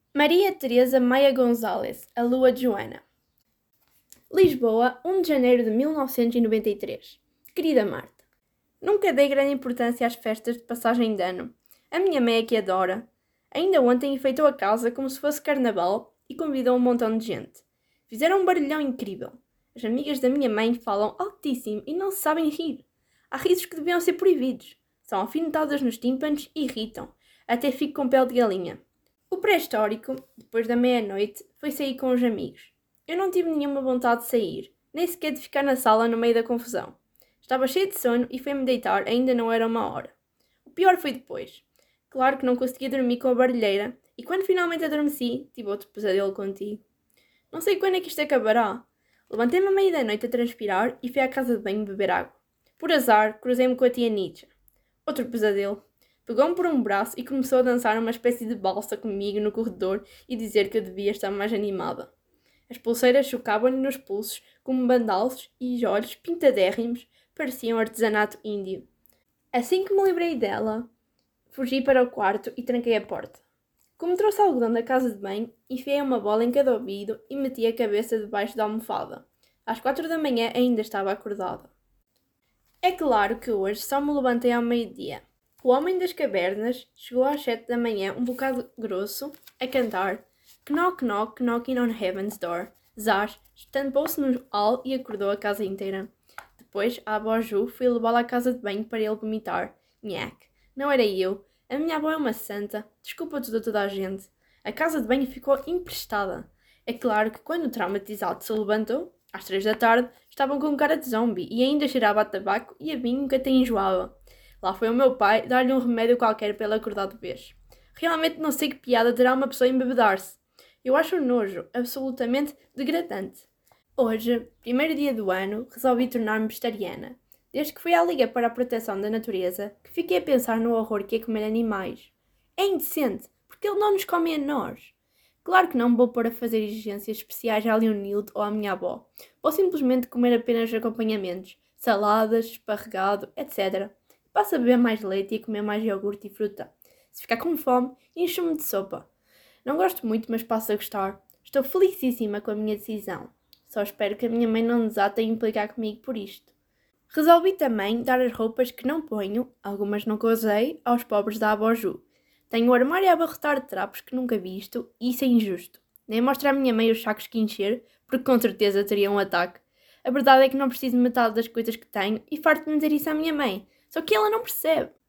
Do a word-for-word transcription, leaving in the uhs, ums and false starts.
Maria Teresa Maia Gonzalez, a Lua de Joana. Lisboa, um de janeiro de mil novecentos e noventa e três. Querida Marta, nunca dei grande importância às festas de passagem de ano. A minha mãe é que adora. Ainda ontem enfeitou a casa como se fosse carnaval e convidou um montão de gente. Fizeram um barulhão incrível. As amigas da minha mãe falam altíssimo e não se sabem rir. Há risos que deviam ser proibidos. São alfinetadas nos tímpanos e irritam. Até fico com pele de galinha. O pré-histórico, depois da meia-noite, foi sair com os amigos. Eu não tive nenhuma vontade de sair, nem sequer de ficar na sala no meio da confusão. Estava cheio de sono e fui-me deitar, ainda não era uma hora. O pior foi depois. Claro que não conseguia dormir com a barulheira, e quando finalmente adormeci, tive outro pesadelo contigo. Não sei quando é que isto acabará. Levantei-me à meia da noite a transpirar e fui à casa de banho beber água. Por azar, cruzei-me com a tia Nietzsche. Outro pesadelo. Pegou-me por um braço e começou a dançar uma espécie de balsa comigo no corredor e dizer que eu devia estar mais animada. As pulseiras chocavam-lhe nos pulsos como bandalços e os olhos pintadérrimos pareciam artesanato índio. Assim que me livrei dela, fugi para o quarto e tranquei a porta. Como trouxe algodão da casa de banho, enfiei uma bola em cada ouvido e meti a cabeça debaixo da almofada. Às quatro da manhã ainda estava acordada. É claro que hoje só me levantei ao meio-dia. O homem das cavernas chegou às sete da manhã um bocado grosso, a cantar Knock knock knocking on heaven's door. Zaz estampou-se no hall e acordou a casa inteira. Depois a avó Ju foi levá-lo à casa de banho para ele vomitar. Nhac, não era eu. A minha avó é uma santa. Desculpa tudo a toda a gente. A casa de banho ficou emprestada. É claro que quando o traumatizado se levantou, às três da tarde, estavam com cara de zombie e ainda cheirava a tabaco e a vinho que até enjoava. Lá foi o meu pai dar-lhe um remédio qualquer para ele acordar de vez. Realmente não sei que piada terá uma pessoa embebedar-se. Eu acho o nojo absolutamente degradante. Hoje, primeiro dia do ano, resolvi tornar-me vegetariana. Desde que fui à Liga para a Proteção da Natureza, que fiquei a pensar no horror que é comer animais. É indecente, porque ele não nos come a nós. Claro que não vou pôr a fazer exigências especiais à Leonilde ou à minha avó. Vou simplesmente comer apenas acompanhamentos, saladas, esparregado, etcétera. Passo a beber mais leite e a comer mais iogurte e fruta. Se ficar com fome, encho-me de sopa. Não gosto muito, mas passo a gostar. Estou felicíssima com a minha decisão. Só espero que a minha mãe não desate a implicar comigo por isto. Resolvi também dar as roupas que não ponho, algumas nunca usei, aos pobres da avó Ju. Tenho o armário a abarrotar de trapos que nunca visto e isso é injusto. Nem mostro à minha mãe os sacos que encher, porque com certeza teria um ataque. A verdade é que não preciso de metade das coisas que tenho e farto de dizer isso à minha mãe. Só que ela não percebe.